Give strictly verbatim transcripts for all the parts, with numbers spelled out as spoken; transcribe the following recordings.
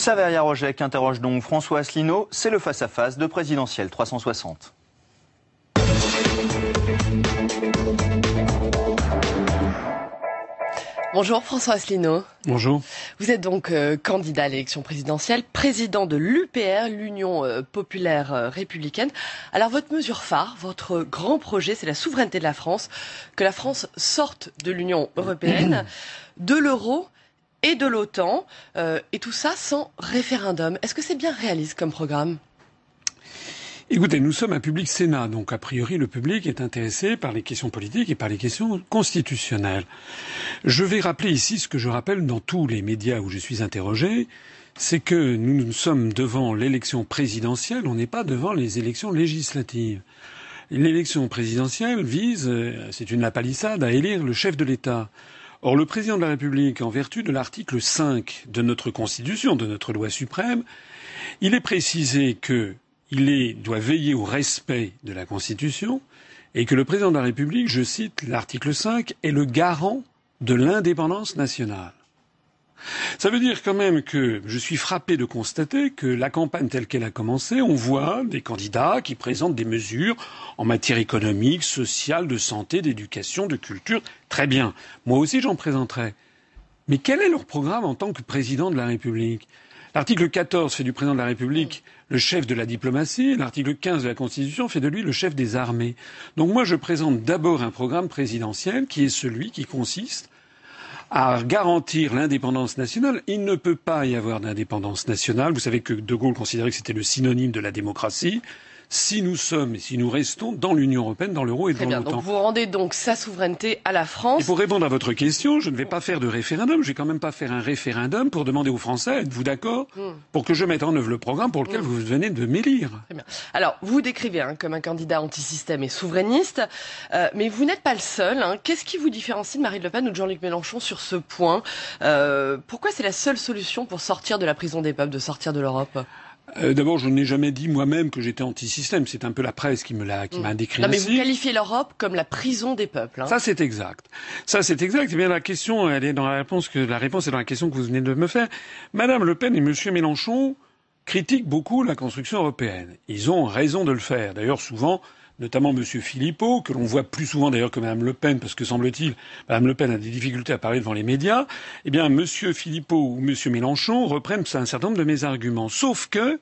Saveria Rojek interroge donc François Asselineau. C'est le face-à-face de Présidentiel trois cent soixante. Bonjour François Asselineau. Bonjour. Vous êtes donc euh, candidat à l'élection présidentielle, président de l'U P R, l'Union euh, populaire euh, républicaine. Alors votre mesure phare, votre grand projet, c'est la souveraineté de la France, que la France sorte de l'Union européenne, de l'euro et de l'OTAN, euh, et tout ça sans référendum. Est-ce que c'est bien réaliste comme programme ? Écoutez, nous sommes un public Sénat, donc a priori le public est intéressé par les questions politiques et par les questions constitutionnelles. Je vais rappeler ici ce que je rappelle dans tous les médias où je suis interrogé, c'est que nous, nous sommes devant l'élection présidentielle, on n'est pas devant les élections législatives. L'élection présidentielle vise, c'est une lapalissade, à élire le chef de l'État. Or, le président de la République, en vertu de l'article cinq de notre Constitution, de notre loi suprême, il est précisé que il est, doit veiller au respect de la Constitution et que le président de la République, je cite l'article cinq, est le garant de l'indépendance nationale. Ça veut dire quand même que je suis frappé de constater que la campagne telle qu'elle a commencé, on voit des candidats qui présentent des mesures en matière économique, sociale, de santé, d'éducation, de culture. Très bien. Moi aussi j'en présenterai. Mais quel est leur programme en tant que président de la République ? L'article quatorze fait du président de la République le chef de la diplomatie. L'article quinze de la Constitution fait de lui le chef des armées. Donc moi, je présente d'abord un programme présidentiel qui est celui qui consiste à garantir l'indépendance nationale. Il ne peut pas y avoir d'indépendance nationale. Vous savez que De Gaulle considérait que c'était le synonyme de la démocratie. Si nous sommes et si nous restons dans l'Union européenne, dans l'euro et dans l'OTAN. Donc vous rendez donc sa souveraineté à la France. Et pour répondre à votre question, je ne vais pas faire de référendum. Je vais quand même pas faire un référendum pour demander aux Français, êtes-vous d'accord, mmh. pour que je mette en œuvre le programme pour lequel mmh. vous venez de m'élire. Très bien. Alors, vous vous décrivez hein, comme un candidat anti-système et souverainiste, euh, mais vous n'êtes pas le seul. Hein. Qu'est-ce qui vous différencie de Marine Le Pen ou de Jean-Luc Mélenchon sur ce point ? euh, Pourquoi c'est la seule solution pour sortir de la prison des peuples, de sortir de l'Europe ? Euh, D'abord, je n'ai jamais dit moi-même que j'étais anti-système. C'est un peu la presse qui me l'a, qui mmh. m'a décrit non, ainsi. Mais vous qualifiez l'Europe comme la prison des peuples. Hein. Ça, c'est exact. Ça, c'est exact. Eh bien, la question, elle est dans la réponse que la réponse est dans la question que vous venez de me faire. Madame Le Pen et Monsieur Mélenchon critiquent beaucoup la construction européenne. Ils ont raison de le faire. D'ailleurs, souvent, notamment Monsieur Philippot, que l'on voit plus souvent d'ailleurs que Madame Le Pen, parce que semble-t-il, Madame Le Pen a des difficultés à parler devant les médias. Eh bien, Monsieur Philippot ou Monsieur Mélenchon reprennent un certain nombre de mes arguments. Sauf que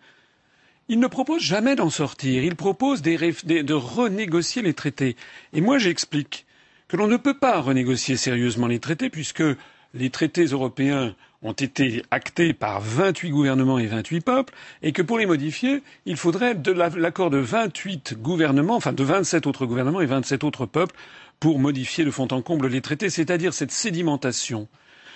il ne propose jamais d'en sortir. Il propose des, des, de renégocier les traités. Et moi, j'explique que l'on ne peut pas renégocier sérieusement les traités puisque les traités européens ont été actés par vingt-huit gouvernements et vingt-huit peuples et que pour les modifier, il faudrait de l'accord de vingt-huit gouvernements, enfin de vingt-sept autres gouvernements et vingt-sept autres peuples pour modifier de fond en comble les traités, c'est-à-dire cette sédimentation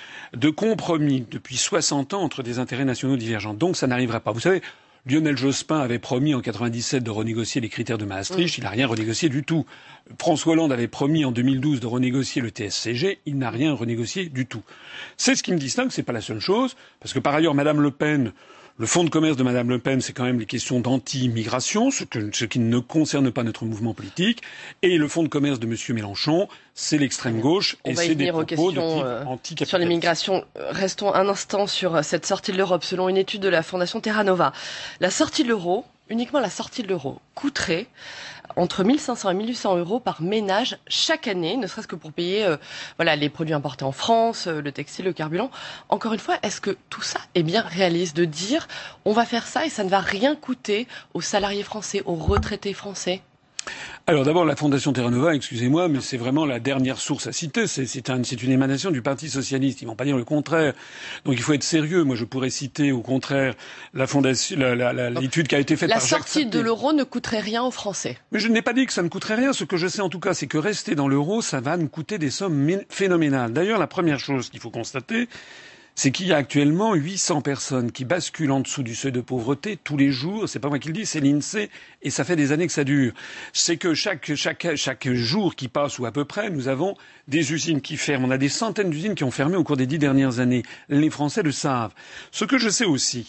de compromis depuis soixante ans entre des intérêts nationaux divergents. Donc ça n'arrivera pas. Vous savez, Lionel Jospin avait promis en quatre-vingt-dix-sept de renégocier les critères de Maastricht, il n'a rien renégocié du tout. François Hollande avait promis en deux mille douze de renégocier le T S C G, il n'a rien renégocié du tout. C'est ce qui me distingue, c'est pas la seule chose, parce que par ailleurs, Madame Le Pen, le fonds de commerce de Madame Le Pen, c'est quand même les questions d'anti-immigration, ce, que, ce qui ne concerne pas notre mouvement politique, et le fonds de commerce de Monsieur Mélenchon, c'est l'extrême gauche, On et va c'est des propos propos de type euh, anti-capitaliste. Sur l'immigration, restons un instant sur cette sortie de l'Europe. Selon une étude de la Fondation Terra Nova, la sortie de l'euro, uniquement la sortie de l'euro, coûterait entre mille cinq cents et mille huit cents euros par ménage chaque année, ne serait-ce que pour payer euh, voilà, les produits importés en France, euh, le textile, le carburant. Encore une fois, est-ce que tout ça est bien réaliste de dire on va faire ça et ça ne va rien coûter aux salariés français, aux retraités français ? Alors d'abord, la Fondation Terra Nova, excusez-moi, mais c'est vraiment la dernière source à citer. C'est, c'est, un, c'est une émanation du Parti socialiste. Ils vont pas dire le contraire. Donc il faut être sérieux. Moi, je pourrais citer au contraire la fondation, la, la, la, l'étude qui a été faite la par Jacques sortie Sapir. De l'euro ne coûterait rien aux Français. Mais je n'ai pas dit que ça ne coûterait rien. Ce que je sais en tout cas, c'est que rester dans l'euro, ça va nous coûter des sommes phénoménales. D'ailleurs, la première chose qu'il faut constater, c'est qu'il y a actuellement huit cents personnes qui basculent en dessous du seuil de pauvreté tous les jours. C'est pas moi qui le dis, c'est l'INSEE, et ça fait des années que ça dure. C'est que chaque, chaque, chaque jour qui passe, ou à peu près, nous avons des usines qui ferment. On a des centaines d'usines qui ont fermé au cours des dix dernières années. Les Français le savent. Ce que je sais aussi,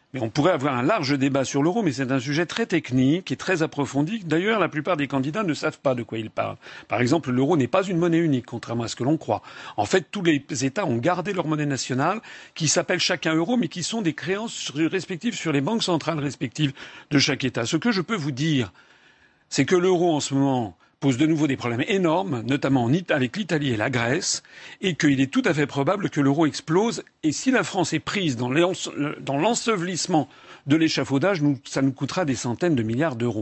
Mais on pourrait avoir un large débat sur l'euro, mais c'est un sujet très technique et très approfondi. D'ailleurs, la plupart des candidats ne savent pas de quoi ils parlent. Par exemple, l'euro n'est pas une monnaie unique, contrairement à ce que l'on croit. En fait, tous les États ont gardé leur monnaie nationale, qui s'appelle chacun euro, mais qui sont des créances respectives sur les banques centrales respectives de chaque État. Ce que je peux vous dire, c'est que l'euro, en ce moment, pose de nouveau des problèmes énormes, notamment en Ita- avec l'Italie et la Grèce, et qu'il est tout à fait probable que l'euro explose. Et si la France est prise dans l'ense- dans l'ensevelissement de l'échafaudage, nous, ça nous coûtera des centaines de milliards d'euros.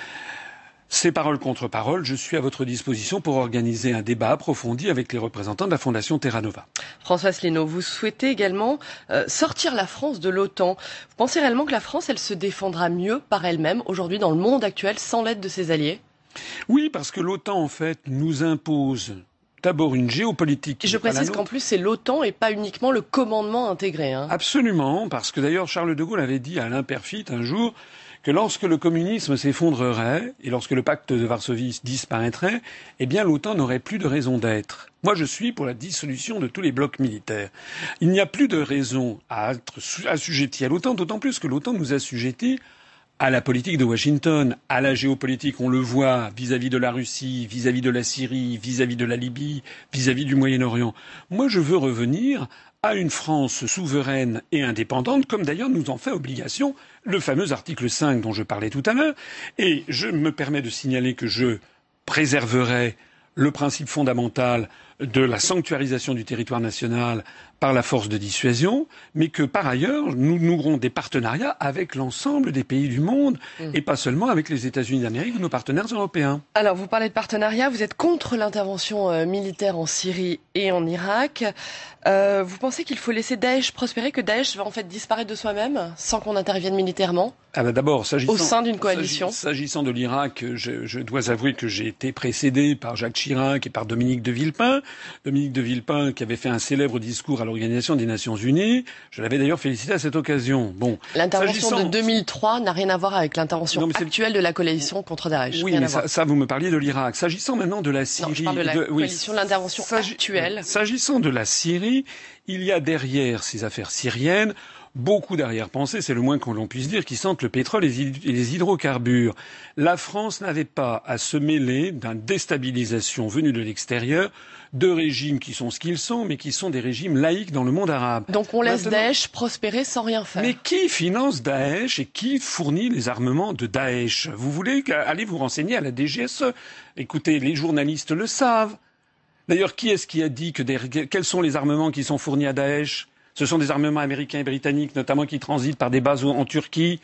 Ces paroles contre paroles, je suis à votre disposition pour organiser un débat approfondi avec les représentants de la Fondation Terra Nova. François Asselineau, vous souhaitez également euh, sortir la France de l'OTAN. Vous pensez réellement que la France, elle se défendra mieux par elle-même aujourd'hui dans le monde actuel sans l'aide de ses alliés ? Oui, parce que l'OTAN, en fait, nous impose d'abord une géopolitique. Je précise qu'en plus, c'est l'OTAN et pas uniquement le commandement intégré. Hein. Absolument, parce que d'ailleurs, Charles de Gaulle avait dit à Alain Peyrefitte un jour que lorsque le communisme s'effondrerait et lorsque le pacte de Varsovie disparaîtrait, eh bien l'OTAN n'aurait plus de raison d'être. Moi, je suis pour la dissolution de tous les blocs militaires. Il n'y a plus de raison à être assujetti à l'OTAN, d'autant plus que l'OTAN nous assujettit à la politique de Washington, à la géopolitique, on le voit vis-à-vis de la Russie, vis-à-vis de la Syrie, vis-à-vis de la Libye, vis-à-vis du Moyen-Orient. Moi, je veux revenir à une France souveraine et indépendante, comme d'ailleurs nous en fait obligation le fameux article cinq dont je parlais tout à l'heure. Et je me permets de signaler que je préserverai le principe fondamental de la sanctuarisation du territoire national par la force de dissuasion, mais que par ailleurs, nous nouerons des partenariats avec l'ensemble des pays du monde, mmh. et pas seulement avec les États-Unis d'Amérique ou nos partenaires européens. Alors, vous parlez de partenariat, vous êtes contre l'intervention euh, militaire en Syrie et en Irak. Euh, vous pensez qu'il faut laisser Daesh prospérer, que Daesh va en fait disparaître de soi-même, sans qu'on intervienne militairement ? Ah bah d'abord, s'agissant, au sein d'une coalition. S'agissant de l'Irak, je, je dois avouer que j'ai été précédé par Jacques Chirac et par Dominique de Villepin. Dominique de Villepin, qui avait fait un célèbre discours à l'Organisation des Nations Unies. Je l'avais d'ailleurs félicité à cette occasion. Bon. L'intervention s'agissant... de deux mille trois n'a rien à voir avec l'intervention non, actuelle de la coalition contre Daesh. Oui, mais ça, ça, vous me parliez de l'Irak. S'agissant maintenant de la Syrie. Non, je parle de la de... coalition, oui, l'intervention actuelle. S'agissant de la Syrie, il y a derrière ces affaires syriennes beaucoup d'arrière-pensées, c'est le moins qu'on l'on puisse dire, qui sentent le pétrole et les hydrocarbures. La France n'avait pas à se mêler d'une déstabilisation venue de l'extérieur de régimes qui sont ce qu'ils sont, mais qui sont des régimes laïques dans le monde arabe. Donc on laisse Maintenant, Daesh prospérer sans rien faire. Mais qui finance Daesh et qui fournit les armements de Daesh? Vous voulez aller vous renseigner à la D G S E? Écoutez, les journalistes le savent. D'ailleurs, qui est-ce qui a dit que des... quels sont les armements qui sont fournis à Daesh? Ce sont des armements américains et britanniques, notamment qui transitent par des bases en Turquie.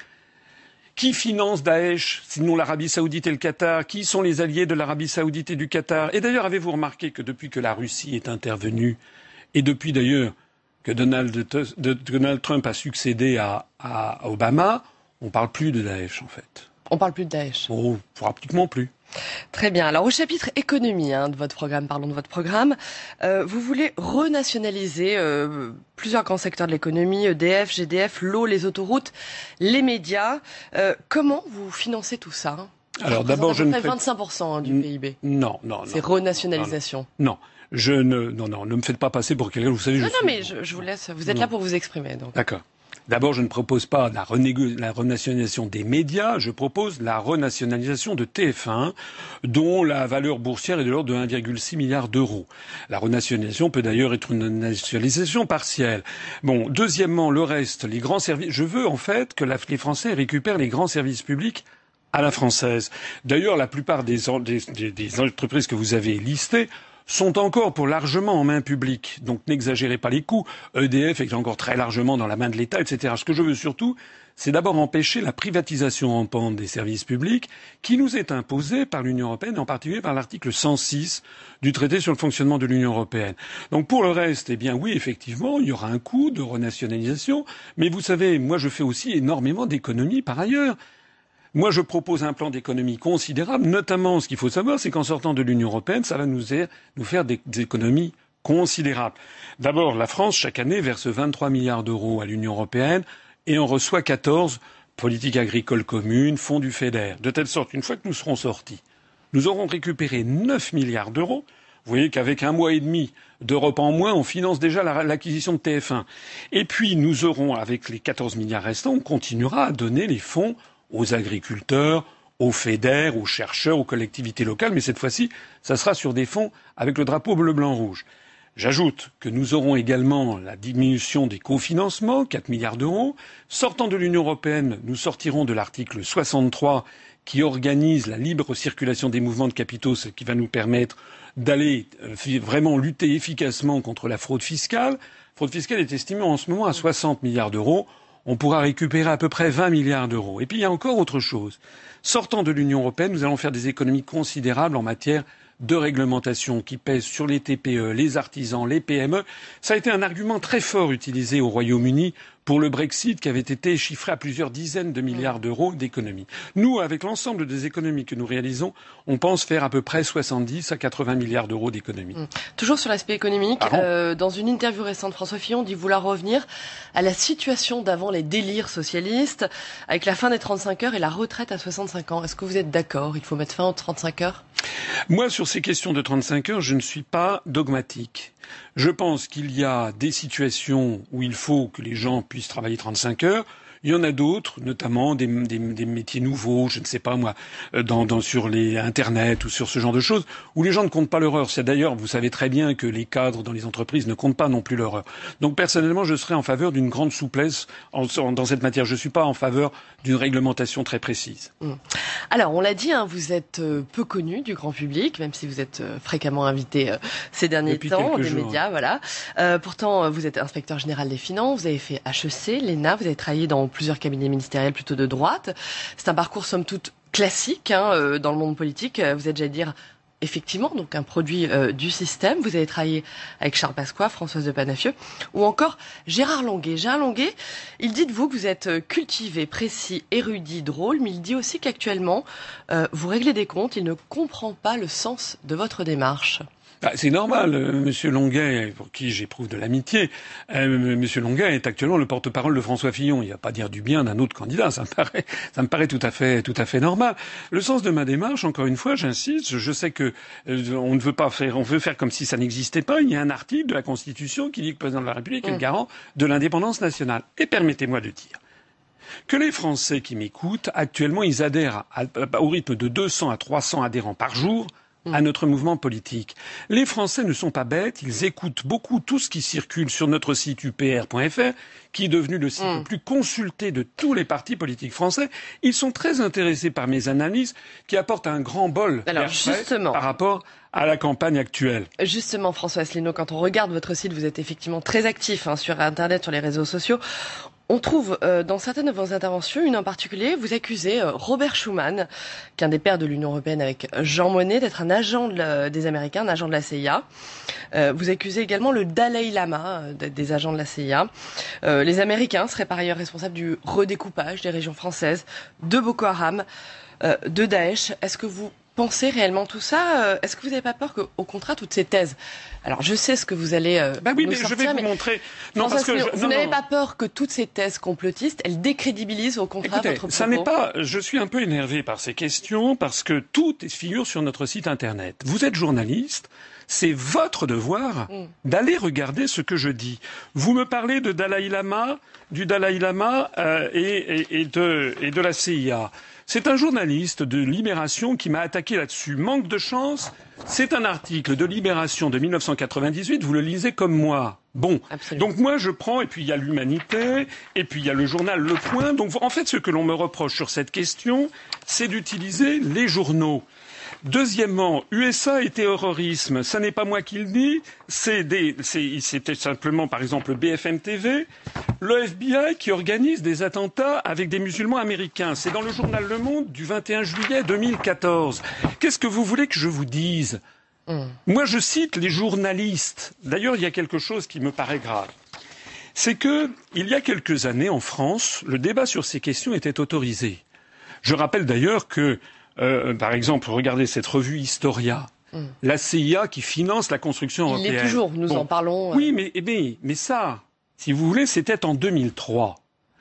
Qui finance Daesh, sinon l'Arabie Saoudite et le Qatar? Qui sont les alliés de l'Arabie Saoudite et du Qatar? Et d'ailleurs, avez-vous remarqué que depuis que la Russie est intervenue, et depuis d'ailleurs que Donald, de, Donald Trump a succédé à, à Obama, on ne parle plus de Daesh, en fait. On parle plus de Daesh. Oh, pratiquement plus. Très bien. Alors au chapitre économie hein, de votre programme, parlons de votre programme, euh, vous voulez renationaliser euh, plusieurs grands secteurs de l'économie, E D F, G D F, l'eau, les autoroutes, les médias. Euh, comment vous financez tout ça hein? Alors d'abord, je ne fais vingt-cinq pour cent hein, du P I B. Non, non, non. C'est renationalisation. Non, non, je ne, non, non, ne me faites pas passer pour quelqu'un. Vous savez, je non, suis... non, mais je, je vous laisse. Vous êtes non. là pour vous exprimer. Donc. D'accord. D'abord, je ne propose pas la, renégo- la renationalisation des médias, je propose la renationalisation de T F un, dont la valeur boursière est de l'ordre de un virgule six milliard d'euros. La renationalisation peut d'ailleurs être une nationalisation partielle. Bon, deuxièmement, le reste, les grands services. Je veux en fait que la, les Français récupèrent les grands services publics à la française. D'ailleurs, la plupart des, des, des entreprises que vous avez listées sont encore pour largement en main publique. Donc n'exagérez pas les coûts. E D F est encore très largement dans la main de l'État, et cetera. Ce que je veux surtout, c'est d'abord empêcher la privatisation rampante des services publics qui nous est imposée par l'Union européenne, en particulier par l'article cent six du traité sur le fonctionnement de l'Union européenne. Donc pour le reste, eh bien oui, effectivement, il y aura un coût de renationalisation. Mais vous savez, moi je fais aussi énormément d'économies par ailleurs. Moi, je propose un plan d'économie considérable, notamment ce qu'il faut savoir, c'est qu'en sortant de l'Union européenne, ça va nous, nous faire des, des économies considérables. D'abord, la France, chaque année, verse vingt-trois milliards d'euros à l'Union européenne et en reçoit quatorze, politique agricole commune, fonds du FEDER. De telle sorte, une fois que nous serons sortis, nous aurons récupéré neuf milliards d'euros. Vous voyez qu'avec un mois et demi d'Europe en moins, on finance déjà l'acquisition de T F un. Et puis, nous aurons, avec les quatorze milliards restants, on continuera à donner les fonds aux agriculteurs, aux fédères, aux chercheurs, aux collectivités locales, mais cette fois-ci, ça sera sur des fonds avec le drapeau bleu, blanc, rouge. J'ajoute que nous aurons également la diminution des cofinancements, quatre milliards d'euros. Sortant de l'Union européenne, nous sortirons de l'article soixante-trois qui organise la libre circulation des mouvements de capitaux, ce qui va nous permettre d'aller vraiment lutter efficacement contre la fraude fiscale. La fraude fiscale est estimée en ce moment à soixante milliards d'euros. On pourra récupérer à peu près vingt milliards d'euros. Et puis il y a encore autre chose. Sortant de l'Union européenne, nous allons faire des économies considérables en matière de réglementation qui pèsent sur les T P E, les artisans, les P M E. Ça a été un argument très fort utilisé au Royaume-Uni pour le Brexit qui avait été chiffré à plusieurs dizaines de milliards d'euros d'économies. Nous, avec l'ensemble des économies que nous réalisons, on pense faire à peu près soixante-dix à quatre-vingts milliards d'euros d'économies. Mmh. Toujours sur l'aspect économique, euh, dans une interview récente, François Fillon dit vouloir revenir à la situation d'avant les délires socialistes, avec la fin des trente-cinq heures et la retraite à soixante-cinq ans. Est-ce que vous êtes d'accord? Il faut mettre fin aux trente-cinq heures? Moi, sur ces questions de trente-cinq heures, je ne suis pas dogmatique. Je pense qu'il y a des situations où il faut que les gens puissent travailler trente-cinq heures. Il y en a d'autres, notamment des, des, des métiers nouveaux, je ne sais pas moi, dans, dans, sur les Internet ou sur ce genre de choses, où les gens ne comptent pas leur heure. C'est d'ailleurs, vous savez très bien que les cadres dans les entreprises ne comptent pas non plus leur heure. Donc personnellement, je serais en faveur d'une grande souplesse en, en, dans cette matière. Je ne suis pas en faveur d'une réglementation très précise. Mmh. Alors, on l'a dit, hein, vous êtes euh, peu connu du grand public, même si vous êtes euh, fréquemment invité euh, ces derniers Depuis temps, des jours. médias, voilà. Euh, pourtant, vous êtes inspecteur général des finances, vous avez fait H E C, l'E N A, vous avez travaillé dans plusieurs cabinets ministériels plutôt de droite. C'est un parcours somme toute classique hein, euh, dans le monde politique. Vous êtes, j'allais dire, effectivement, donc un produit euh, du système. Vous avez travaillé avec Charles Pasqua, Françoise de Panafieux, ou encore Gérard Longuet. Gérard Longuet, il dit de vous que vous êtes cultivé, précis, érudit, drôle, mais il dit aussi qu'actuellement, euh, vous réglez des comptes. Il ne comprend pas le sens de votre démarche. Ah, c'est normal, euh, Monsieur Longuet, pour qui j'éprouve de l'amitié, euh, Monsieur Longuet est actuellement le porte-parole de François Fillon. Il n'y a pas à dire du bien d'un autre candidat, ça me paraît, ça me paraît tout à fait, tout à fait normal. Le sens de ma démarche, encore une fois, j'insiste, je sais que euh, on ne veut pas faire, on veut faire comme si ça n'existait pas. Il y a un article de la Constitution qui dit que le président de la République est le garant de l'indépendance nationale. Et permettez-moi de dire que les Français qui m'écoutent, actuellement, ils adhèrent à, à, au rythme de deux cents à trois cents adhérents par jour à notre mouvement politique. Les Français ne sont pas bêtes, ils écoutent beaucoup tout ce qui circule sur notre site U P R point F R, qui est devenu le site mmh. le plus consulté de tous les partis politiques français. Ils sont très intéressés par mes analyses qui apportent un grand bol Alors, justement, par rapport à la campagne actuelle. Justement, François Asselineau, quand on regarde votre site, vous êtes effectivement très actif hein, sur Internet, sur les réseaux sociaux. On trouve euh, dans certaines de vos interventions, une en particulier, vous accusez euh, Robert Schuman, qui est un des pères de l'Union européenne avec Jean Monnet, d'être un agent de la, des Américains, un agent de la C I A. Euh, vous accusez également le Dalai Lama euh, d'être des agents de la C I A. Euh, les Américains seraient par ailleurs responsables du redécoupage des régions françaises, de Boko Haram, euh, de Daesh. Est-ce que vous pensez réellement tout ça? Est-ce que vous n'avez pas peur qu'au contraire, toutes ces thèses... Alors, je sais ce que vous allez euh, bah oui, nous mais sortir, je vais vous mais montrer... Non, parce que je... Vous non, n'avez non. pas peur que toutes ces thèses complotistes, elles décrédibilisent au contraire Écoutez, votre propos? ça n'est pas... Je suis un peu énervé par ces questions, parce que tout figure sur notre site Internet. Vous êtes journaliste, c'est votre devoir mm. d'aller regarder ce que je dis. Vous me parlez de Dalai Lama, du Dalai Lama euh, et, et, et, de, et de la C I A. C'est un journaliste de Libération qui m'a attaqué là-dessus. Manque de chance, c'est un article de Libération de mille neuf cent quatre-vingt-dix-huit, vous le lisez comme moi. Bon, Absolument. Donc moi je prends, et puis il y a l'Humanité, et puis il y a le journal Le Point. Donc en fait ce que l'on me reproche sur cette question, c'est d'utiliser les journaux. Deuxièmement, U S A et terrorisme, ça n'est pas moi qui le dis, c'est des, c'est, c'était simplement par exemple B F M T V, le F B I qui organise des attentats avec des musulmans américains. C'est dans le journal Le Monde du vingt et un juillet deux mille quatorze. Qu'est-ce que vous voulez que je vous dise? mmh. Moi je cite les journalistes. D'ailleurs il y a quelque chose qui me paraît grave. C'est que, il y a quelques années en France, le débat sur ces questions était autorisé. Je rappelle d'ailleurs que Euh, par exemple, regardez cette revue Historia, mm. la C I A qui finance la construction Il européenne. Il l'est toujours, nous bon. en parlons. Euh... Oui, mais, mais, mais ça, si vous voulez, c'était en deux mille trois.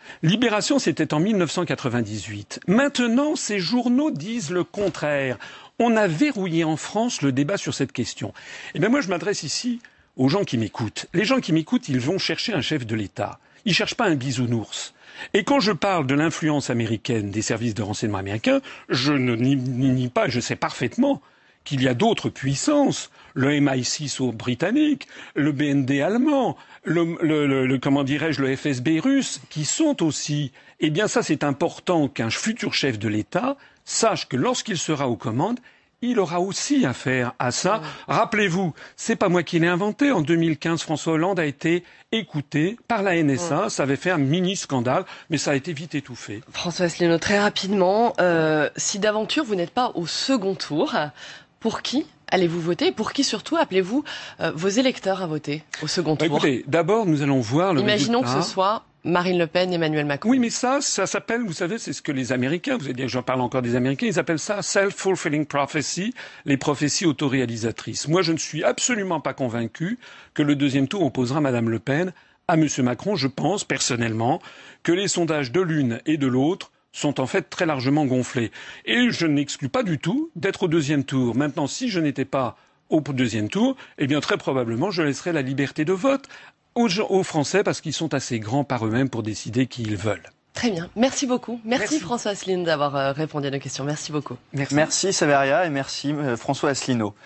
Libération, c'était en mille neuf cent quatre-vingt-dix-huit. Maintenant, ces journaux disent le contraire. On a verrouillé en France le débat sur cette question. Et bien moi, je m'adresse ici aux gens qui m'écoutent. Les gens qui m'écoutent, ils vont chercher un chef de l'État. Ils cherchent pas un bisounours. Et quand je parle de l'influence américaine des services de renseignement américains, je ne nie, nie pas, je sais parfaitement qu'il y a d'autres puissances, le M I six au britannique, le B N D allemand, le, le, le, le comment dirais-je, le F S B russe, qui sont aussi. Eh bien, ça, c'est important qu'un futur chef de l'État sache que lorsqu'il sera aux commandes, il aura aussi affaire à ça. Rappelez-vous, c'est pas moi qui l'ai inventé. En deux mille quinze, François Hollande a été écouté par la N S A. Ça avait fait un mini-scandale, mais ça a été vite étouffé. François Asselineau, très rapidement, euh, si d'aventure vous n'êtes pas au second tour, pour qui allez-vous voter? Pour qui surtout appelez-vous euh, vos électeurs à voter au second tour? Écoutez, d'abord, nous allons voir le Imaginons résultat. que ce soit Marine Le Pen, Emmanuel Macron. Oui, mais ça, ça s'appelle, vous savez, c'est ce que les Américains, vous allez dire, j'en parle encore des Américains, ils appellent ça self-fulfilling prophecy, les prophéties autoréalisatrices. Moi, je ne suis absolument pas convaincu que le deuxième tour opposera Madame Le Pen à Monsieur Macron. Je pense, personnellement, que les sondages de l'une et de l'autre sont en fait très largement gonflés. Et je n'exclus pas du tout d'être au deuxième tour. Maintenant, si je n'étais pas au deuxième tour, eh bien, très probablement, je laisserais la liberté de vote aux, aux Français parce qu'ils sont assez grands par eux-mêmes pour décider qui ils veulent. Très bien. Merci beaucoup. Merci, Merci. François Asselineau d'avoir répondu à nos questions. Merci beaucoup. Merci, merci Saveria et merci euh, François Asselineau.